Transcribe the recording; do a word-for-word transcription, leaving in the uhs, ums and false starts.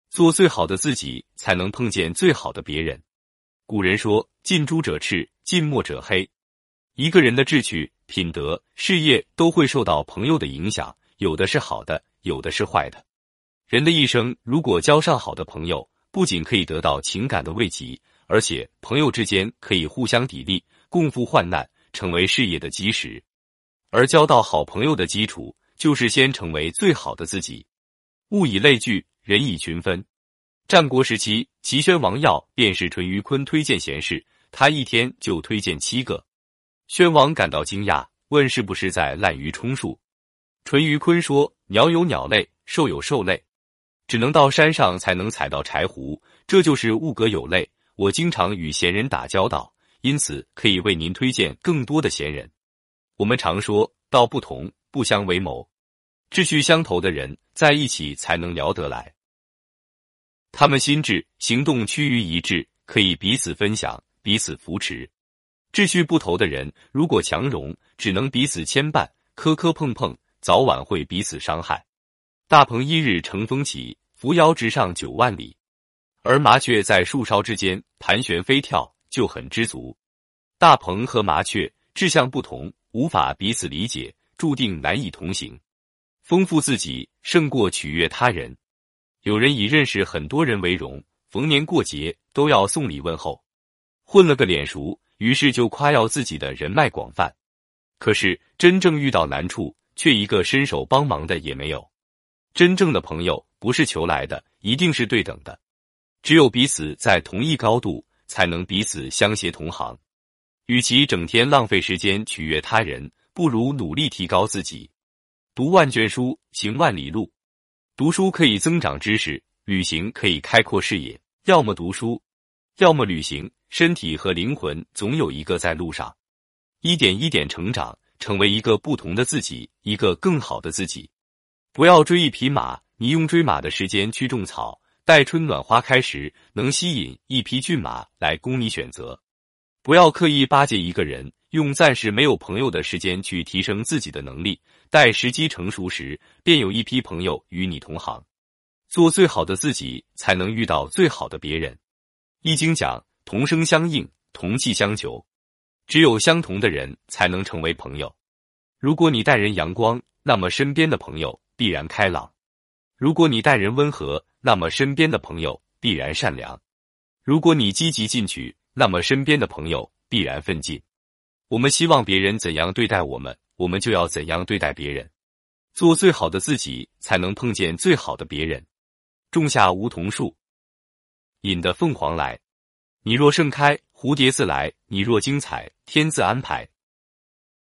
做最好的自己，才能碰见最好的别人。古人说，近朱者赤，近墨者黑。一个人的志趣、品德、事业都会受到朋友的影响，有的是好的，有的是坏的。人的一生，如果交上好的朋友，不仅可以得到情感的慰藉，而且朋友之间可以互相砥砺，共赴患难，成为事业的基石。而交到好朋友的基础，就是先成为最好的自己。物以类聚，人以群分。战国时期，齐宣王耀便是淳于髡推荐贤士，他一天就推荐七个。宣王感到惊讶，问是不是在滥竽充数。淳于髡说，鸟有鸟类，兽有兽类，只能到山上才能采到柴胡，这就是物格有类。我经常与贤人打交道，因此可以为您推荐更多的贤人。我们常说，道不同，不相为谋。志趣相投的人在一起才能聊得来。他们心智、行动趋于一致，可以彼此分享，彼此扶持。志趣不投的人，如果强融，只能彼此牵绊，磕磕碰碰，早晚会彼此伤害。大鹏一日乘风起，扶摇直上九万里。而麻雀在树梢之间盘旋飞跳，就很知足。大鹏和麻雀志向不同，无法彼此理解，注定难以同行。丰富自己胜过取悦他人。有人以认识很多人为荣，逢年过节都要送礼问候，混了个脸熟，于是就夸耀自己的人脉广泛。可是真正遇到难处，却一个伸手帮忙的也没有。真正的朋友不是求来的，一定是对等的。只有彼此在同一高度，才能彼此相携同行。与其整天浪费时间取悦他人，不如努力提高自己。读万卷书，行万里路。读书可以增长知识，旅行可以开阔视野。要么读书，要么旅行，身体和灵魂总有一个在路上。一点一点成长，成为一个不同的自己，一个更好的自己。不要追一匹马，你用追马的时间去种草，待春暖花开时，能吸引一匹骏马来供你选择。不要刻意巴结一个人，用暂时没有朋友的时间去提升自己的能力，待时机成熟时，便有一批朋友与你同行。做最好的自己，才能遇到最好的别人。易经讲，同声相应，同气相求。只有相同的人才能成为朋友。如果你待人阳光，那么身边的朋友必然开朗；如果你待人温和，那么身边的朋友必然善良；如果你积极进取，那么身边的朋友必然奋进。我们希望别人怎样对待我们，我们就要怎样对待别人。做最好的自己，才能碰见最好的别人。种下梧桐树，引得凤凰来。你若盛开，蝴蝶自来；你若精彩，天自安排。